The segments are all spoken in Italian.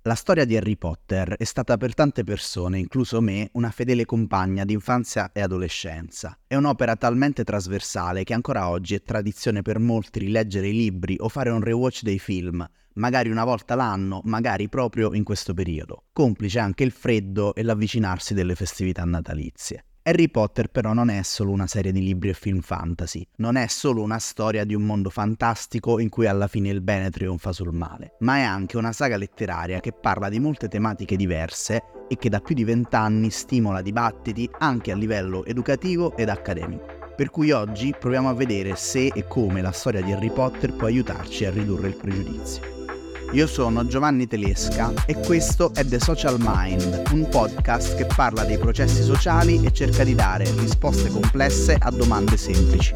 La storia di Harry Potter è stata per tante persone, incluso me, una fedele compagna di infanzia e adolescenza. È un'opera talmente trasversale che ancora oggi è tradizione per molti rileggere i libri o fare un rewatch dei film, magari una volta l'anno, magari proprio in questo periodo, complice anche il freddo e l'avvicinarsi delle festività natalizie. Harry Potter però non è solo una serie di libri e film fantasy, non è solo una storia di un mondo fantastico in cui alla fine il bene trionfa sul male, ma è anche una saga letteraria che parla di molte tematiche diverse e che da più di 20 anni stimola dibattiti anche a livello educativo ed accademico. Per cui oggi proviamo a vedere se e come la storia di Harry Potter può aiutarci a ridurre il pregiudizio. Io sono Giovanni Telesca e questo è The Social Mind, un podcast che parla dei processi sociali e cerca di dare risposte complesse a domande semplici.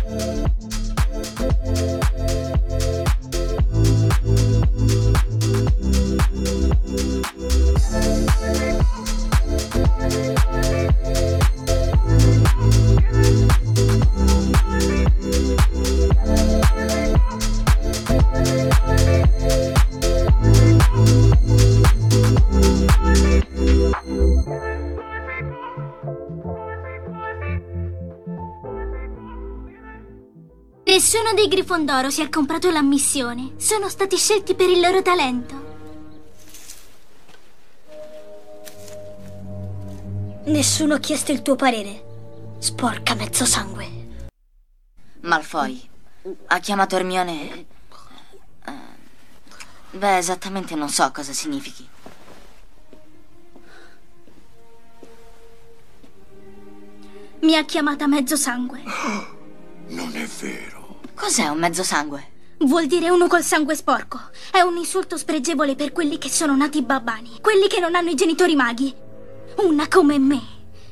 Nessuno dei Grifondoro si è comprato l'ammissione. Sono stati scelti per il loro talento. Nessuno ha chiesto il tuo parere. Sporca mezzosangue. Malfoy ha chiamato Hermione. Esattamente non so cosa significhi. Mi ha chiamata mezzosangue. Non è vero. Cos'è un mezzo sangue? Vuol dire uno col sangue sporco. È un insulto spregevole per quelli che sono nati babbani, quelli che non hanno i genitori maghi. Una come me.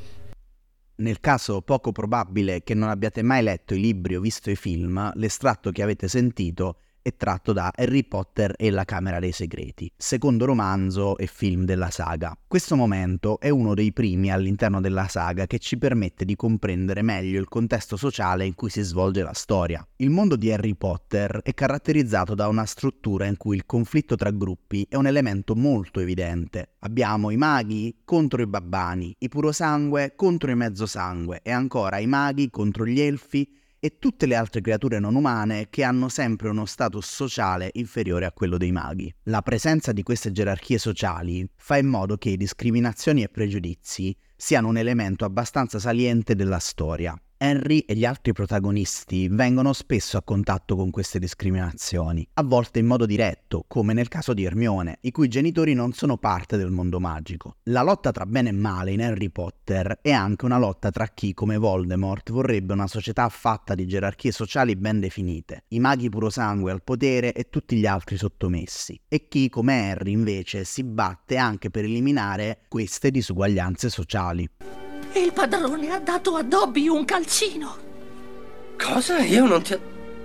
Nel caso poco probabile che non abbiate mai letto i libri o visto i film, l'estratto che avete sentito è tratto da Harry Potter e la Camera dei Segreti, secondo romanzo e film della saga. Questo momento è uno dei primi all'interno della saga che ci permette di comprendere meglio il contesto sociale in cui si svolge la storia. Il mondo di Harry Potter è caratterizzato da una struttura in cui il conflitto tra gruppi è un elemento molto evidente. Abbiamo i maghi contro i babbani, i purosangue contro i mezzosangue e ancora i maghi contro gli elfi e tutte le altre creature non umane che hanno sempre uno status sociale inferiore a quello dei maghi. La presenza di queste gerarchie sociali fa in modo che discriminazioni e pregiudizi siano un elemento abbastanza saliente della storia. Harry e gli altri protagonisti vengono spesso a contatto con queste discriminazioni, a volte in modo diretto, come nel caso di Hermione, i cui genitori non sono parte del mondo magico. La lotta tra bene e male in Harry Potter è anche una lotta tra chi, come Voldemort, vorrebbe una società fatta di gerarchie sociali ben definite, i maghi purosangue al potere e tutti gli altri sottomessi, e chi, come Harry, invece, si batte anche per eliminare queste disuguaglianze sociali. Il padrone ha dato a Dobby un calcino. Cosa? Io non ti...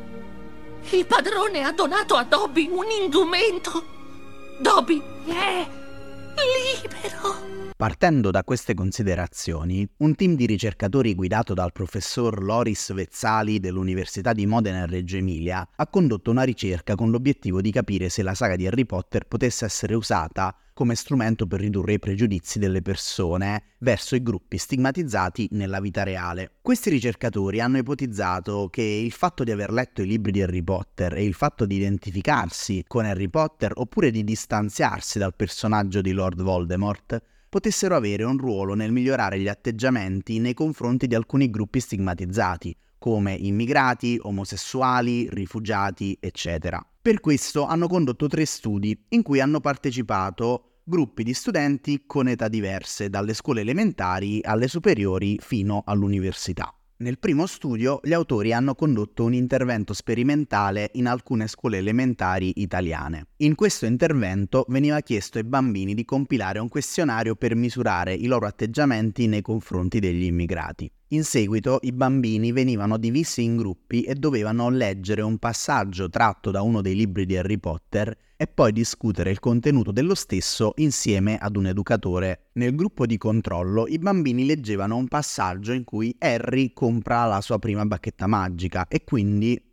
Il padrone ha donato a Dobby un indumento. Dobby è libero. Partendo da queste considerazioni, un team di ricercatori guidato dal professor Loris Vezzali dell'Università di Modena e Reggio Emilia ha condotto una ricerca con l'obiettivo di capire se la saga di Harry Potter potesse essere usata come strumento per ridurre i pregiudizi delle persone verso i gruppi stigmatizzati nella vita reale. Questi ricercatori hanno ipotizzato che il fatto di aver letto i libri di Harry Potter e il fatto di identificarsi con Harry Potter oppure di distanziarsi dal personaggio di Lord Voldemort potessero avere un ruolo nel migliorare gli atteggiamenti nei confronti di alcuni gruppi stigmatizzati, come immigrati, omosessuali, rifugiati, eccetera. Per questo hanno condotto 3 studi in cui hanno partecipato gruppi di studenti con età diverse, dalle scuole elementari alle superiori fino all'università. Nel primo studio gli autori hanno condotto un intervento sperimentale in alcune scuole elementari italiane. In questo intervento veniva chiesto ai bambini di compilare un questionario per misurare i loro atteggiamenti nei confronti degli immigrati. In seguito i bambini venivano divisi in gruppi e dovevano leggere un passaggio tratto da uno dei libri di Harry Potter e poi discutere il contenuto dello stesso insieme ad un educatore. Nel gruppo di controllo i bambini leggevano un passaggio in cui Harry compra la sua prima bacchetta magica e quindi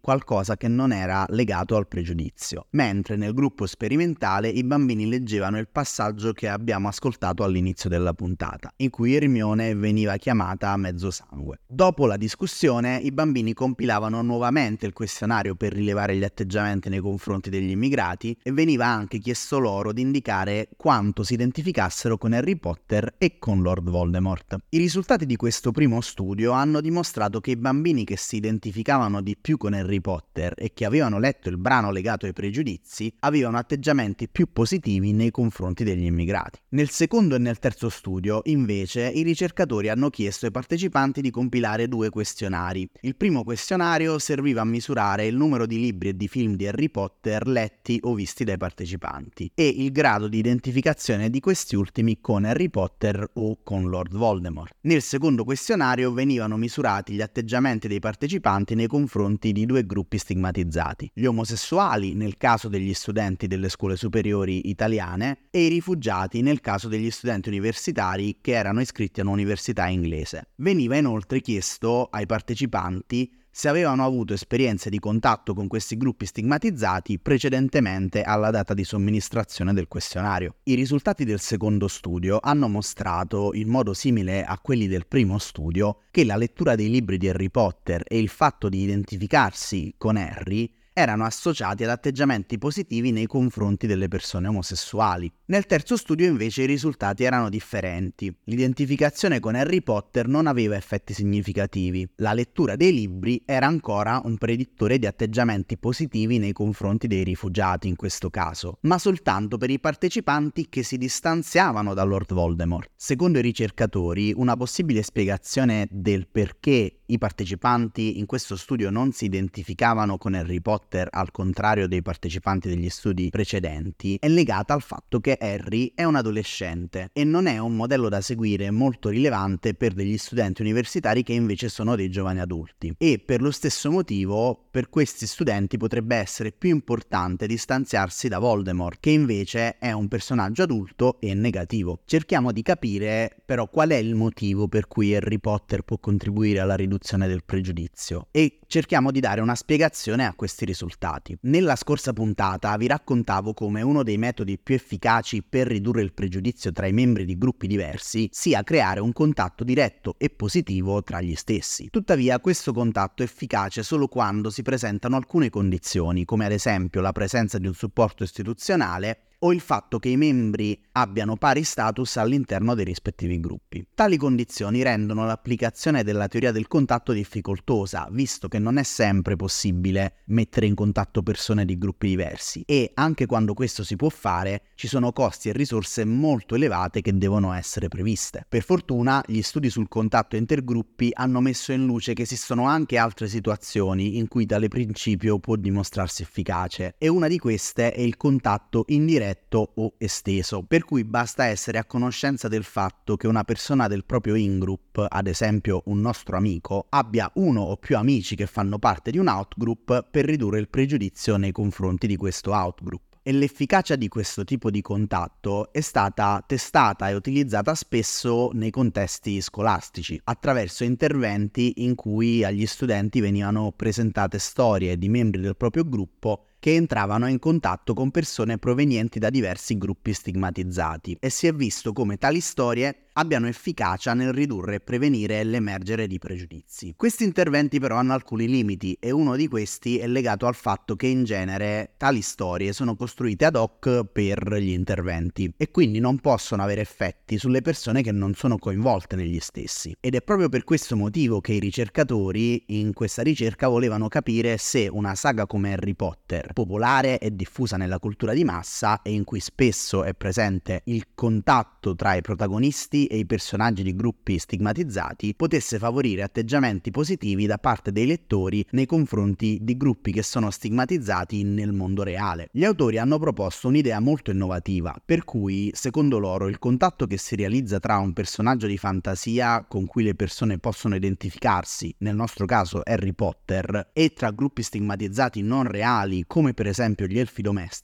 qualcosa che non era legato al pregiudizio, mentre nel gruppo sperimentale i bambini leggevano il passaggio che abbiamo ascoltato all'inizio della puntata, in cui Hermione veniva chiamata Mezzosangue. Dopo la discussione, i bambini compilavano nuovamente il questionario per rilevare gli atteggiamenti nei confronti degli immigrati e veniva anche chiesto loro di indicare quanto si identificassero con Harry Potter e con Lord Voldemort. I risultati di questo primo studio hanno dimostrato che i bambini che si identificavano di più con Harry Potter e che avevano letto il brano legato ai pregiudizi avevano atteggiamenti più positivi nei confronti degli immigrati. Nel secondo e nel terzo studio, invece, i ricercatori hanno chiesto ai partecipanti di compilare 2 questionari. Il primo questionario serviva a misurare il numero di libri e di film di Harry Potter letti o visti dai partecipanti e il grado di identificazione di questi ultimi con Harry Potter o con Lord Voldemort. Nel secondo questionario venivano misurati gli atteggiamenti dei partecipanti nei confronti di 2 gruppi stigmatizzati: gli omosessuali nel caso degli studenti delle scuole superiori italiane e i rifugiati nel caso degli studenti universitari che erano iscritti a un'università inglese. Veniva inoltre chiesto ai partecipanti se avevano avuto esperienze di contatto con questi gruppi stigmatizzati precedentemente alla data di somministrazione del questionario. I risultati del secondo studio hanno mostrato, in modo simile a quelli del primo studio, che la lettura dei libri di Harry Potter e il fatto di identificarsi con Harry erano associati ad atteggiamenti positivi nei confronti delle persone omosessuali. Nel terzo studio invece i risultati erano differenti. L'identificazione con Harry Potter non aveva effetti significativi. La lettura dei libri era ancora un predittore di atteggiamenti positivi nei confronti dei rifugiati in questo caso, ma soltanto per i partecipanti che si distanziavano da Lord Voldemort. Secondo i ricercatori, una possibile spiegazione del perché i partecipanti in questo studio non si identificavano con Harry Potter al contrario dei partecipanti degli studi precedenti è legata al fatto che Harry è un adolescente e non è un modello da seguire molto rilevante per degli studenti universitari che invece sono dei giovani adulti, e per lo stesso motivo per questi studenti potrebbe essere più importante distanziarsi da Voldemort, che invece è un personaggio adulto e negativo. Cerchiamo di capire però qual è il motivo per cui Harry Potter può contribuire alla riduzione del pregiudizio e cerchiamo di dare una spiegazione a questi risultati. Nella scorsa puntata vi raccontavo come uno dei metodi più efficaci per ridurre il pregiudizio tra i membri di gruppi diversi sia creare un contatto diretto e positivo tra gli stessi. Tuttavia questo contatto è efficace solo quando si presentano alcune condizioni, come ad esempio la presenza di un supporto istituzionale o il fatto che i membri abbiano pari status all'interno dei rispettivi gruppi. Tali condizioni rendono l'applicazione della teoria del contatto difficoltosa, visto che non è sempre possibile mettere in contatto persone di gruppi diversi e, anche quando questo si può fare, ci sono costi e risorse molto elevate che devono essere previste. Per fortuna, gli studi sul contatto intergruppi hanno messo in luce che esistono anche altre situazioni in cui tale principio può dimostrarsi efficace, e una di queste è il contatto indiretto o esteso, per cui basta essere a conoscenza del fatto che una persona del proprio in-group, ad esempio un nostro amico, abbia uno o più amici che fanno parte di un out-group per ridurre il pregiudizio nei confronti di questo out-group. E l'efficacia di questo tipo di contatto è stata testata e utilizzata spesso nei contesti scolastici, attraverso interventi in cui agli studenti venivano presentate storie di membri del proprio gruppo che entravano in contatto con persone provenienti da diversi gruppi stigmatizzati, e si è visto come tali storie abbiano efficacia nel ridurre e prevenire l'emergere di pregiudizi. Questi interventi però hanno alcuni limiti, e uno di questi è legato al fatto che in genere tali storie sono costruite ad hoc per gli interventi e quindi non possono avere effetti sulle persone che non sono coinvolte negli stessi. Ed è proprio per questo motivo che i ricercatori in questa ricerca volevano capire se una saga come Harry Potter, popolare e diffusa nella cultura di massa e in cui spesso è presente il contatto tra i protagonisti e i personaggi di gruppi stigmatizzati, potesse favorire atteggiamenti positivi da parte dei lettori nei confronti di gruppi che sono stigmatizzati nel mondo reale. Gli autori hanno proposto un'idea molto innovativa, per cui secondo loro il contatto che si realizza tra un personaggio di fantasia con cui le persone possono identificarsi, nel nostro caso Harry Potter, e tra gruppi stigmatizzati non reali come per esempio gli elfi domestici,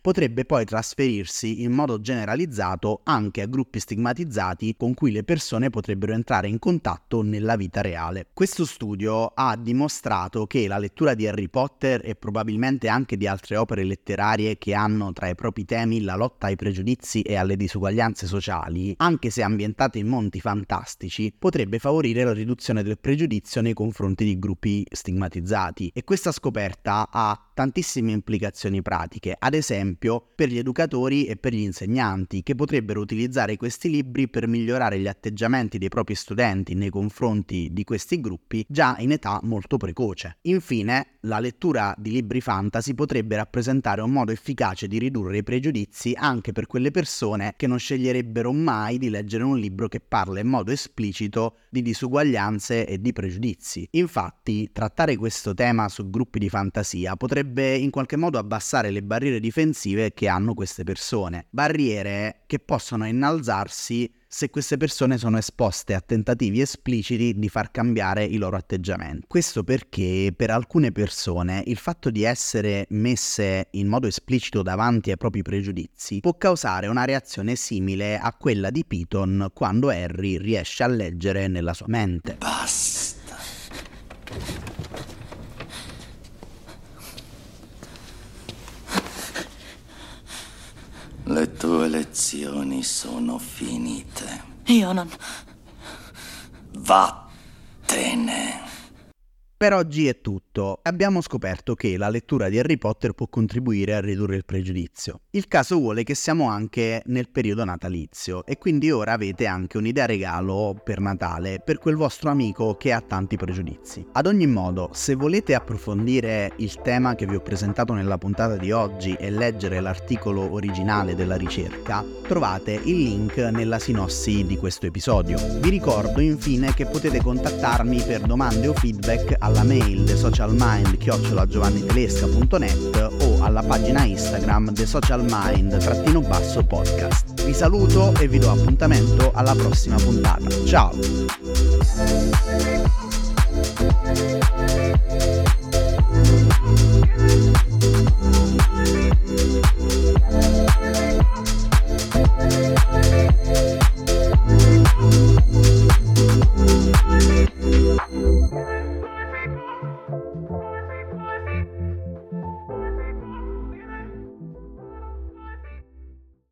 potrebbe poi trasferirsi in modo generalizzato anche a gruppi stigmatizzati con cui le persone potrebbero entrare in contatto nella vita reale. Questo studio ha dimostrato che la lettura di Harry Potter e probabilmente anche di altre opere letterarie che hanno tra i propri temi la lotta ai pregiudizi e alle disuguaglianze sociali, anche se ambientate in mondi fantastici, potrebbe favorire la riduzione del pregiudizio nei confronti di gruppi stigmatizzati. E questa scoperta ha tantissime implicazioni pratiche, ad esempio per gli educatori e per gli insegnanti, che potrebbero utilizzare questi libri per migliorare gli atteggiamenti dei propri studenti nei confronti di questi gruppi già in età molto precoce. Infine, la lettura di libri fantasy potrebbe rappresentare un modo efficace di ridurre i pregiudizi anche per quelle persone che non sceglierebbero mai di leggere un libro che parla in modo esplicito di disuguaglianze e di pregiudizi. Infatti, trattare questo tema su gruppi di fantasia potrebbe in qualche modo abbassare le barriere difensive che hanno queste persone, barriere che possono innalzarsi se queste persone sono esposte a tentativi espliciti di far cambiare i loro atteggiamenti. Questo perché per alcune persone il fatto di essere messe in modo esplicito davanti ai propri pregiudizi può causare una reazione simile a quella di Piton quando Harry riesce a leggere nella sua mente. Basta. Le tue lezioni sono finite. Io non... Vattene. Per oggi è tutto. Abbiamo scoperto che la lettura di Harry Potter può contribuire a ridurre il pregiudizio. Il caso vuole che siamo anche nel periodo natalizio e quindi ora avete anche un'idea regalo per Natale per quel vostro amico che ha tanti pregiudizi. Ad ogni modo, se volete approfondire il tema che vi ho presentato nella puntata di oggi e leggere l'articolo originale della ricerca, trovate il link nella sinossi di questo episodio. Vi ricordo infine che potete contattarmi per domande o feedback alla mail thesocialmind@giovannitelesca.net o alla pagina Instagram thesocialmind_podcast. Vi saluto e vi do appuntamento alla prossima puntata. Ciao!